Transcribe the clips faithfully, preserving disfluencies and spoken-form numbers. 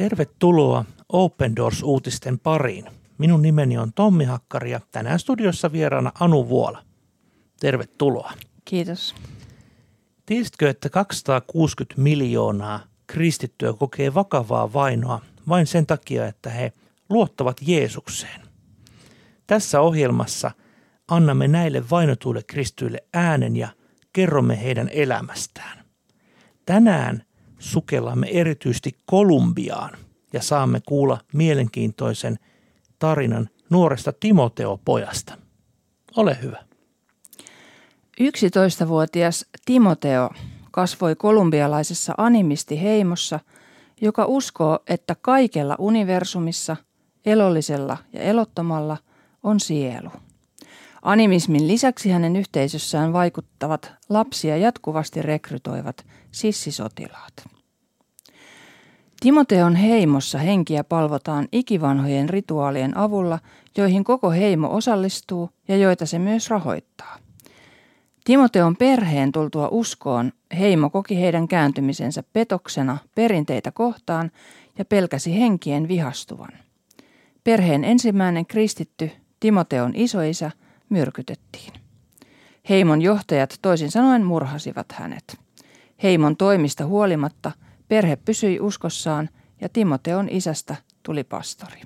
Tervetuloa Open Doors-uutisten pariin. Minun nimeni on Tommi Hakkari ja tänään studiossa vieraana Anu Vuola. Tervetuloa. Kiitos. Tiesitkö, että kaksisataakuusikymmentä miljoonaa kristittyä kokee vakavaa vainoa vain sen takia, että he luottavat Jeesukseen? Tässä ohjelmassa annamme näille vainotuille kristityille äänen ja kerromme heidän elämästään. Tänään sukellamme erityisesti Kolumbiaan ja saamme kuulla mielenkiintoisen tarinan nuoresta Timoteo-pojasta. Ole hyvä. yksitoistavuotias Timoteo kasvoi kolumbialaisessa animistiheimossa, joka uskoo, että kaikella universumissa, elollisella ja elottomalla on sielu. Animismin lisäksi hänen yhteisössään vaikuttavat lapsia jatkuvasti rekrytoivat sissisotilaat. Timoteon heimossa henkiä palvotaan ikivanhojen rituaalien avulla, joihin koko heimo osallistuu ja joita se myös rahoittaa. Timoteon perheen tultua uskoon heimo koki heidän kääntymisensä petoksena perinteitä kohtaan ja pelkäsi henkien vihastuvan. Perheen ensimmäinen kristitty, Timoteon isoisä, myrkytettiin. Heimon johtajat toisin sanoen murhasivat hänet. Heimon toimista huolimatta perhe pysyi uskossaan ja Timoteon isästä tuli pastori.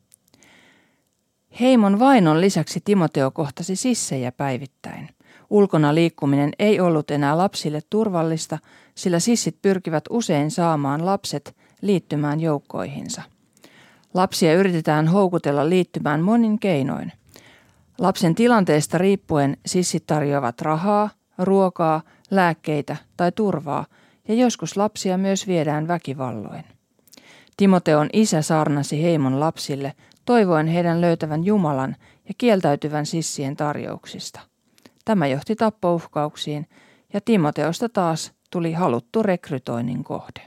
Heimon vainon lisäksi Timoteo kohtasi sissejä päivittäin. Ulkona liikkuminen ei ollut enää lapsille turvallista, sillä sissit pyrkivät usein saamaan lapset liittymään joukkoihinsa. Lapsia yritetään houkutella liittymään monin keinoin. Lapsen tilanteesta riippuen sissit tarjoavat rahaa, ruokaa, lääkkeitä tai turvaa, ja joskus lapsia myös viedään väkivalloin. Timoteon isä saarnasi heimon lapsille, toivoen heidän löytävän Jumalan ja kieltäytyvän sissien tarjouksista. Tämä johti tappouhkauksiin, ja Timoteosta taas tuli haluttu rekrytoinnin kohde.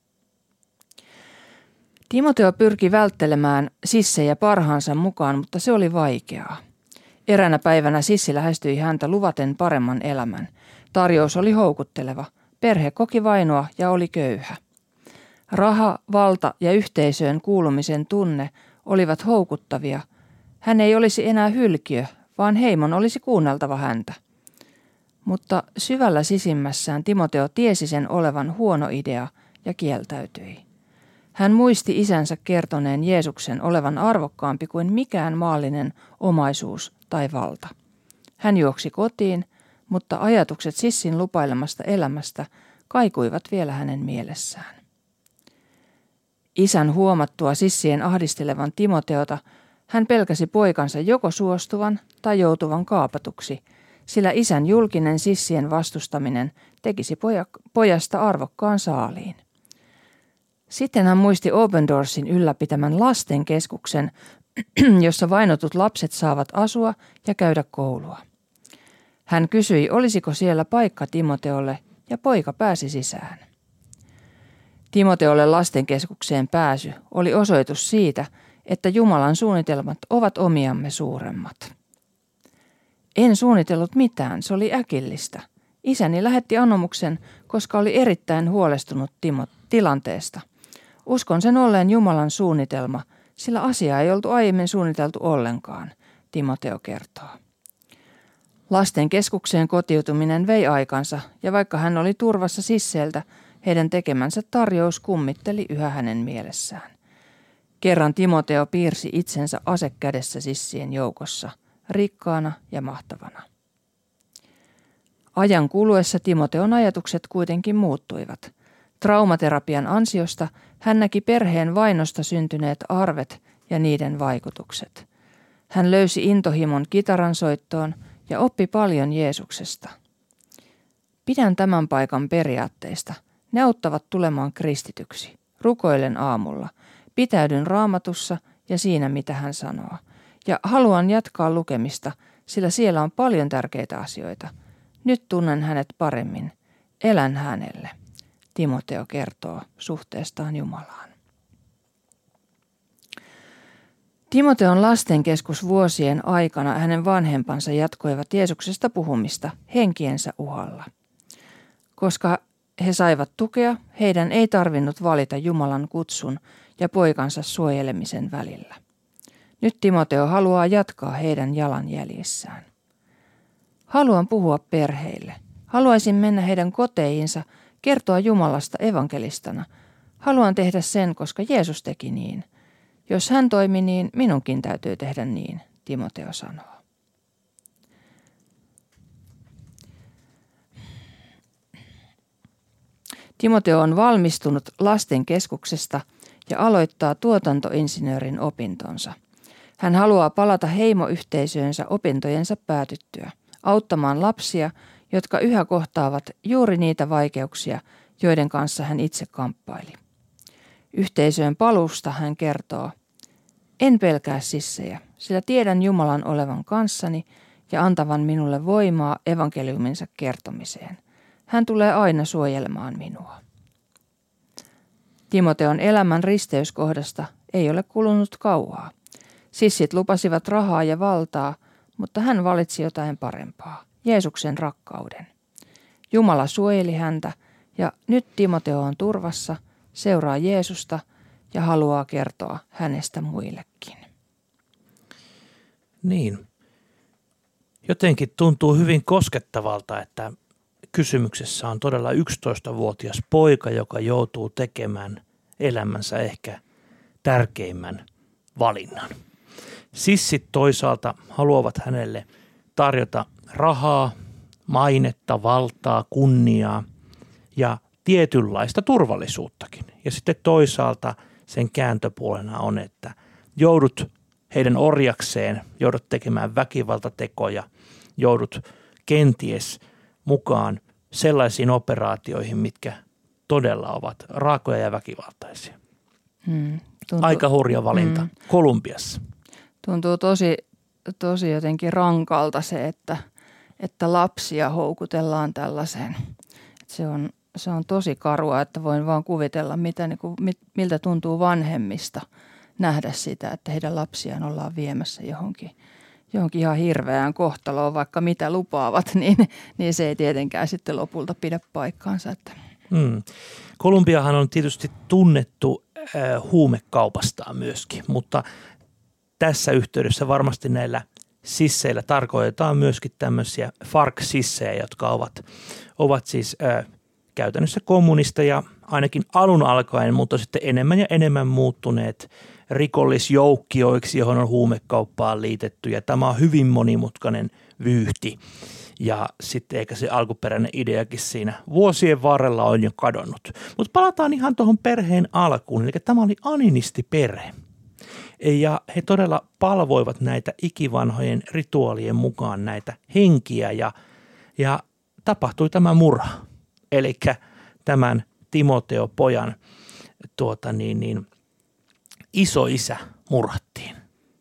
Timoteo pyrki välttelemään sissejä parhaansa mukaan, mutta se oli vaikeaa. Eräänä päivänä sissi lähestyi häntä luvaten paremman elämän. Tarjous oli houkutteleva. Perhe koki vainoa ja oli köyhä. Raha, valta ja yhteisöön kuulumisen tunne olivat houkuttavia. Hän ei olisi enää hylkiö, vaan heimon olisi kuunneltava häntä. Mutta syvällä sisimmässään Timoteo tiesi sen olevan huono idea ja kieltäytyi. Hän muisti isänsä kertoneen Jeesuksen olevan arvokkaampi kuin mikään maallinen omaisuus tai valta. Hän juoksi kotiin, mutta ajatukset sissin lupailemasta elämästä kaikuivat vielä hänen mielessään. Isän huomattua sissien ahdistelevan Timoteota, hän pelkäsi poikansa joko suostuvan tai joutuvan kaapatuksi, sillä isän julkinen sissien vastustaminen tekisi pojasta arvokkaan saaliin. Sitten hän muisti Open Doorsin ylläpitämän lastenkeskuksen, jossa vainotut lapset saavat asua ja käydä koulua. Hän kysyi, olisiko siellä paikka Timoteolle, ja poika pääsi sisään. Timoteolle lastenkeskukseen pääsy oli osoitus siitä, että Jumalan suunnitelmat ovat omiamme suuremmat. En suunnitellut mitään, se oli äkillistä. Isäni lähetti anomuksen, koska oli erittäin huolestunut Timo tilanteesta. Uskon sen olleen Jumalan suunnitelma, sillä asiaa ei oltu aiemmin suunniteltu ollenkaan, Timoteo kertoo. Lasten keskukseen kotiutuminen vei aikansa, ja vaikka hän oli turvassa sisseiltä, heidän tekemänsä tarjous kummitteli yhä hänen mielessään. Kerran Timoteo piirsi itsensä ase kädessä sissien joukossa, rikkaana ja mahtavana. Ajan kuluessa Timoteon ajatukset kuitenkin muuttuivat. Traumaterapian ansiosta hän näki perheen vainosta syntyneet arvet ja niiden vaikutukset. Hän löysi intohimon kitaran soittoon ja oppi paljon Jeesuksesta. Pidän tämän paikan periaatteista. Ne auttavat tulemaan kristityksi. Rukoilen aamulla. Pitäydyn Raamatussa ja siinä, mitä hän sanoo. Ja haluan jatkaa lukemista, sillä siellä on paljon tärkeitä asioita. Nyt tunnen hänet paremmin. Elän hänelle. Timoteo kertoo suhteestaan Jumalaan. Timoteon lastenkeskus vuosien aikana hänen vanhempansa jatkoivat Jeesuksesta puhumista henkiensä uhalla. Koska he saivat tukea, heidän ei tarvinnut valita Jumalan kutsun, ja poikansa suojelemisen välillä. Nyt Timoteo haluaa jatkaa heidän jalanjäljissään. Haluan puhua perheille. Haluaisin mennä heidän koteihinsa, kertoa Jumalasta evankelistana. Haluan tehdä sen, koska Jeesus teki niin. Jos hän toimi niin, minunkin täytyy tehdä niin, Timoteo sanoo. Timoteo on valmistunut lastenkeskuksesta ja aloittaa tuotantoinsinöörin opintonsa. Hän haluaa palata heimoyhteisöönsä opintojensa päätyttyä, auttamaan lapsia, jotka yhä kohtaavat juuri niitä vaikeuksia, joiden kanssa hän itse kamppaili. Yhteisöön paluusta hän kertoo, en pelkää sissejä, sillä tiedän Jumalan olevan kanssani ja antavan minulle voimaa evankeliuminsa kertomiseen. Hän tulee aina suojelemaan minua. Timoteon elämän risteyskohdasta ei ole kulunut kauaa. Sissit lupasivat rahaa ja valtaa, mutta hän valitsi jotain parempaa, Jeesuksen rakkauden. Jumala suojeli häntä ja nyt Timoteo on turvassa, seuraa Jeesusta ja haluaa kertoa hänestä muillekin. Niin. Jotenkin tuntuu hyvin koskettavalta, että kysymyksessä on todella yksitoistavuotias poika, joka joutuu tekemään elämänsä ehkä tärkeimmän valinnan. Sissit toisaalta haluavat hänelle tarjota rahaa, mainetta, valtaa, kunniaa ja tietynlaista turvallisuuttakin. Ja sitten toisaalta sen kääntöpuolena on, että joudut heidän orjakseen, joudut tekemään väkivaltatekoja, joudut kenties mukaan sellaisiin operaatioihin, mitkä todella ovat raakoja ja väkivaltaisia. Hmm, tuntuu, Aika hurja valinta hmm. Kolumbiassa. Tuntuu tosi, tosi jotenkin rankalta se, että, että lapsia houkutellaan tällaiseen. Se on, se on tosi karua, että voin vaan kuvitella, mitä, niin kuin, miltä tuntuu vanhemmista nähdä sitä, että heidän lapsiaan ollaan viemässä johonkin. johonkin ihan hirveään kohtaloon, vaikka mitä lupaavat, niin, niin se ei tietenkään sitten lopulta pidä paikkaansa. Että. Mm. Kolumbiahan on tietysti tunnettu äh, huumekaupastaan myöskin, mutta tässä yhteydessä varmasti näillä sisseillä tarkoitetaan myöskin tämmöisiä FARC-sissejä, jotka ovat, ovat siis äh, käytännössä kommunisteja ainakin alun alkaen, mutta sitten enemmän ja enemmän muuttuneet rikollisjoukkioiksi, johon on huumekauppaan liitetty, ja tämä on hyvin monimutkainen vyyhti. Ja sitten eikä se alkuperäinen ideakin siinä vuosien varrella on jo kadonnut. Mutta palataan ihan tuohon perheen alkuun, eli tämä oli animistiperhe. Ja he todella palvoivat näitä ikivanhojen rituaalien mukaan näitä henkiä, ja, ja tapahtui tämä murha. Eli tämän Timoteo-pojan tuota niin, niin, isoisä murhattiin.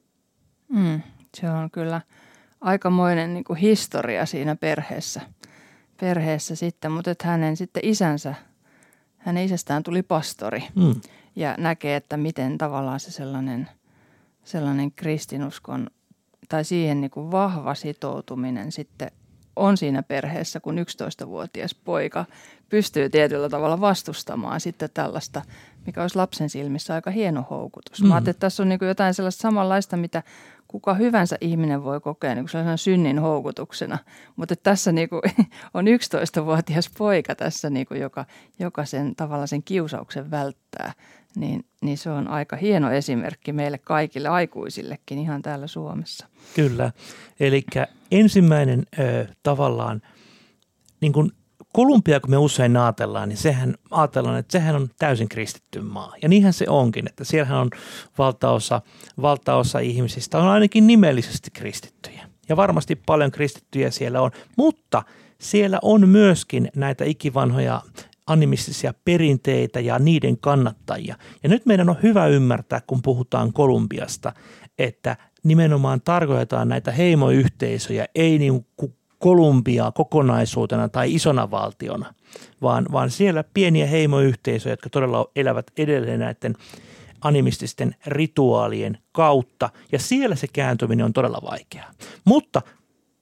Mm, se on kyllä aikamoinen niin kuin historia siinä perheessä, perheessä sitten, mutta että hänen sitten isänsä, hänen isästään tuli pastori mm. ja näkee, että miten tavallaan se sellainen, sellainen kristinuskon tai siihen niin kuin vahva sitoutuminen sitten on siinä perheessä, kun yksitoistavuotias poika pystyy tietyllä tavalla vastustamaan sitten tällaista, mikä olisi lapsen silmissä aika hieno houkutus. Mm. Mä ajattelin, että tässä on niin kuin jotain sellaista samanlaista, mitä kuka hyvänsä ihminen voi kokea niin kuin sellaisena synnin houkutuksena. Mutta tässä niin kuin on yksitoistavuotias poika tässä, niin kuin joka, joka sen tavallaan sen kiusauksen välttää. Niin, niin se on aika hieno esimerkki meille kaikille aikuisillekin ihan täällä Suomessa. Kyllä. Eli ensimmäinen ö, tavallaan, niin kuin Kolumbia, kun me usein ajatellaan, niin sehän ajatellaan, että sehän on täysin kristitty maa. Ja niinhän se onkin, että siellähän on valtaosa, valtaosa ihmisistä on ainakin nimellisesti kristittyjä. Ja varmasti paljon kristittyjä siellä on, mutta siellä on myöskin näitä ikivanhoja animistisia perinteitä ja niiden kannattajia. Ja nyt meidän on hyvä ymmärtää, kun puhutaan Kolumbiasta, että nimenomaan tarkoitetaan näitä heimoyhteisöjä, ei niin kuin Kolumbiaa kokonaisuutena tai isona valtiona, vaan, vaan siellä pieniä heimoyhteisöjä, jotka todella elävät edelleen näiden animististen rituaalien kautta, ja siellä se kääntyminen on todella vaikeaa. Mutta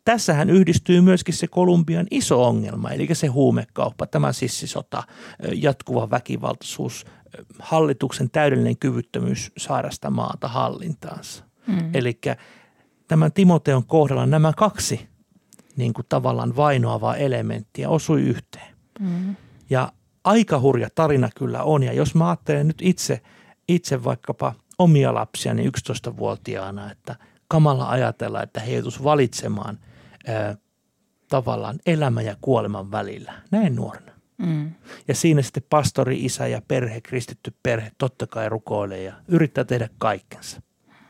tässähän yhdistyy myöskin se Kolumbian iso ongelma, eli se huumekauppa, tämä sissisota, jatkuva väkivaltaisuus, hallituksen täydellinen kyvyttömyys saada sitä maata hallintaansa. Mm. Eli tämän Timoteon kohdalla nämä kaksi niin kuin tavallaan vainoavaa elementtiä osui yhteen. Mm. Ja aika hurja tarina kyllä on, ja jos mä ajattelen nyt itse, itse vaikkapa omia lapsiani yksitoistavuotiaana, että kamala ajatella, että he joutuisi valitsemaan ää, tavallaan elämän ja kuoleman välillä, näin nuorena. Mm. Ja siinä sitten pastori, isä ja perhe, kristitty perhe totta kai rukoilee ja yrittää tehdä kaikkensa.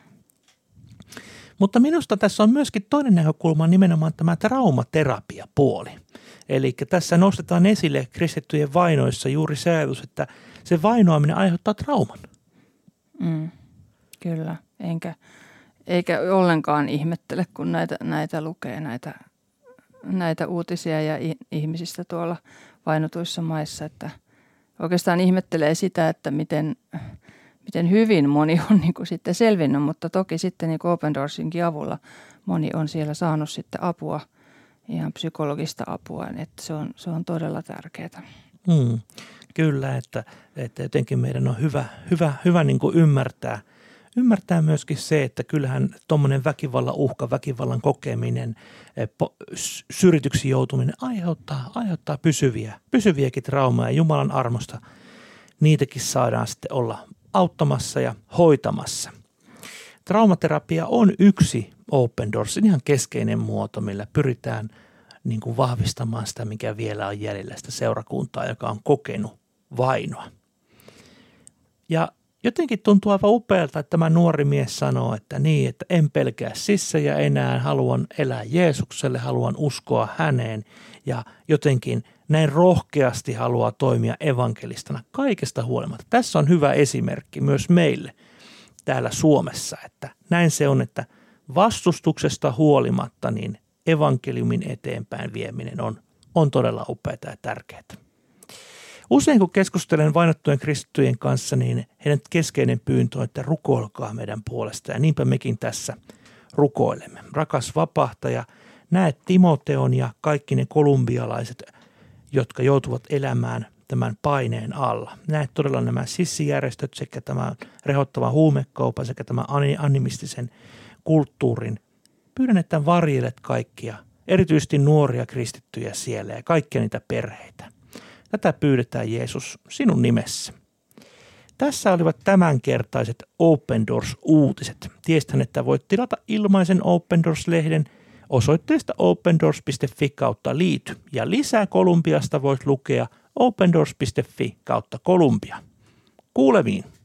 Mutta minusta tässä on myöskin toinen näkökulma, nimenomaan tämä traumaterapia-puoli. Eli tässä nostetaan esille kristittyjen vainoissa juuri se ajatus, että se vainoaminen aiheuttaa trauman. Mm, kyllä, enkä, eikä ollenkaan ihmettele, kun näitä, näitä lukee, näitä, näitä uutisia ja ihmisistä tuolla vainotuissa maissa, että oikeastaan ihmettelee sitä, että miten, miten hyvin moni on niin kuin sitten selvinnyt, mutta toki sitten niin kuin Open Doorsinkin avulla moni on siellä saanut sitten apua, ihan psykologista apua, että se on, se on todella tärkeää. Hmm, kyllä, että, että jotenkin meidän on hyvä, hyvä, hyvä niin kuin ymmärtää, ymmärtää myöskin se, että kyllähän tuommoinen väkivallan uhka, väkivallan kokeminen, syrjityksi joutuminen aiheuttaa, aiheuttaa pysyviä, pysyviäkin traumaa ja Jumalan armosta niitäkin saadaan sitten olla auttamassa ja hoitamassa. Traumaterapia on yksi Open Doorsin ihan keskeinen muoto, millä pyritään niin kuin vahvistamaan sitä, mikä vielä on jäljellä, sitä seurakuntaa, joka on kokenut vainoa. Ja jotenkin tuntuu aivan upealta, että tämä nuori mies sanoo, että niin, että en pelkää sissejä enää, haluan elää Jeesukselle, haluan uskoa häneen ja jotenkin näin rohkeasti haluaa toimia evankelistana kaikesta huolimatta. Tässä on hyvä esimerkki myös meille täällä Suomessa, että näin se on, että vastustuksesta huolimatta niin evankeliumin eteenpäin vieminen on, on todella upeaa ja tärkeää. Usein kun keskustelen vainottujen kristittyjen kanssa, niin heidän keskeinen pyyntö on, että rukoilkaa meidän puolesta ja niinpä mekin tässä rukoilemme. Rakas vapahtaja, näet Timoteon ja kaikki ne kolumbialaiset, jotka joutuvat elämään tämän paineen alla. Näet todella nämä sissijärjestöt sekä tämä rehottava huumekaupa sekä tämä animistisen kulttuurin. Pyydän, että varjelet kaikkia, erityisesti nuoria kristittyjä siellä ja kaikkia niitä perheitä. Tätä pyydetään Jeesus sinun nimessä. Tässä olivat tämänkertaiset Open Doors-uutiset. Tiestän, että voit tilata ilmaisen Open Doors-lehden osoitteesta opendoors piste fi kautta liity. Ja lisää Kolumbiasta voit lukea opendoors piste fi kautta Kolumbia. Kuuleviin!